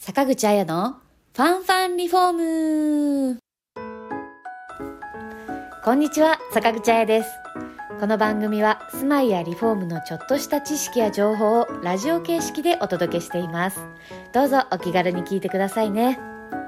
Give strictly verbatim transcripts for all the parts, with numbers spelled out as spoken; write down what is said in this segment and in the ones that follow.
坂口彩のファンファンリフォーム。こんにちは、坂口彩です。この番組は住まいやリフォームのちょっとした知識や情報をラジオ形式でお届けしています。どうぞお気軽に聞いてくださいね。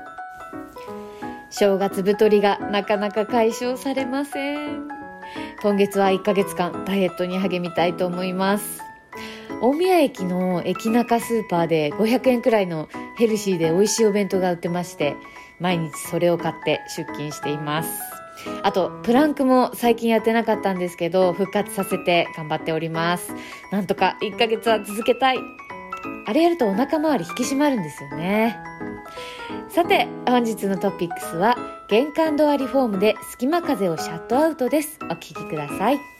正月太りがなかなか解消されません。今月はいっかげつかんダイエットに励みたいと思います。大宮駅の駅中スーパーでごひゃくえんくらいのヘルシーで美味しいお弁当が売ってまして、毎日それを買って出勤しています。あとプランクも最近やってなかったんですけど、復活させて頑張っております。なんとかいっかげつは続けたい。あれやるとお腹周り引き締まるんですよね。さて、本日のトピックスは玄関ドアリフォームで隙間風をシャットアウトです。お聞きください。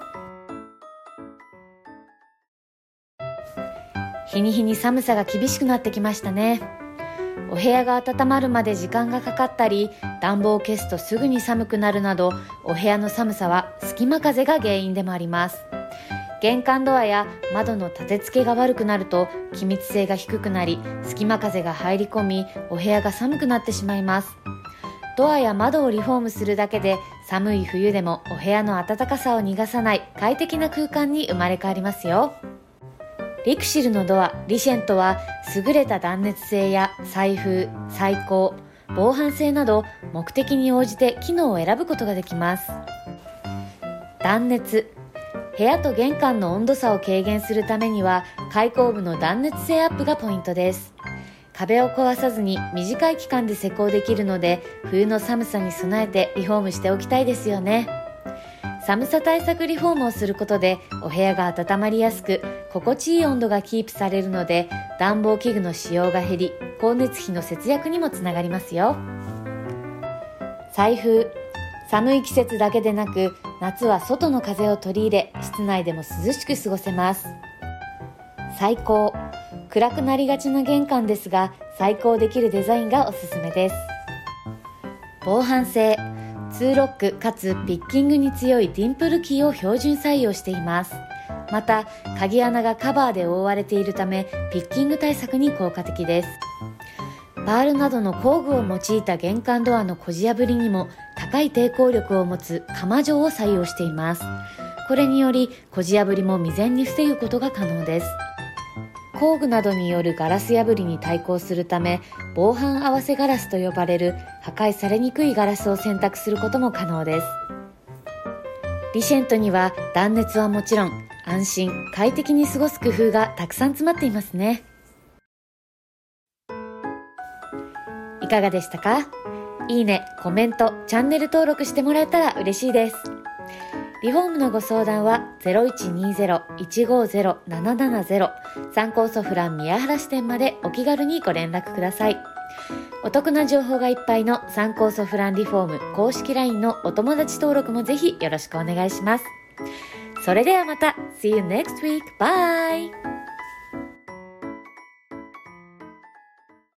日に日に寒さが厳しくなってきましたね。お部屋が温まるまで時間がかかったり、暖房を消すとすぐに寒くなるなど、お部屋の寒さは隙間風が原因でもあります。玄関ドアや窓の立て付けが悪くなると気密性が低くなり、隙間風が入り込み、お部屋が寒くなってしまいます。ドアや窓をリフォームするだけで、寒い冬でもお部屋の暖かさを逃がさない快適な空間に生まれ変わりますよ。リクシルのドア、リシェントは優れた断熱性や採風、採光、防犯性など目的に応じて機能を選ぶことができます。断熱。部屋と玄関の温度差を軽減するためには開口部の断熱性アップがポイントです。壁を壊さずに短い期間で施工できるので、冬の寒さに備えてリフォームしておきたいですよね。寒さ対策リフォームをすることでお部屋が温まりやすく、心地いい温度がキープされるので、暖房器具の使用が減り、光熱費の節約にもつながりますよ。採風。寒い季節だけでなく、夏は外の風を取り入れ、室内でも涼しく過ごせます。採光。暗くなりがちな玄関ですが、採光できるデザインがおすすめです。防犯性。ツーロックかつピッキングに強いディンプルキーを標準採用しています。また、鍵穴がカバーで覆われているため、ピッキング対策に効果的です。パールなどの工具を用いた玄関ドアのこじ破りにも高い抵抗力を持つ鎌状を採用しています。これにより、こじ破りも未然に防ぐことが可能です。工具などによるガラス破りに対抗するため、防犯合わせガラスと呼ばれる破壊されにくいガラスを選択することも可能です。リシェントには断熱はもちろん、安心快適に過ごす工夫がたくさん詰まっていますね。いかがでしたか？いいね、コメント、チャンネル登録してもらえたら嬉しいです。リフォームのご相談は ゼロいちにゼロ いちごゼロ ななななゼロ 参考ソフラン宮原支店までお気軽にご連絡ください。お得な情報がいっぱいの参考ソフランリフォーム公式 ライン のお友達登録もぜひよろしくお願いします。それではまた See you next week. Bye!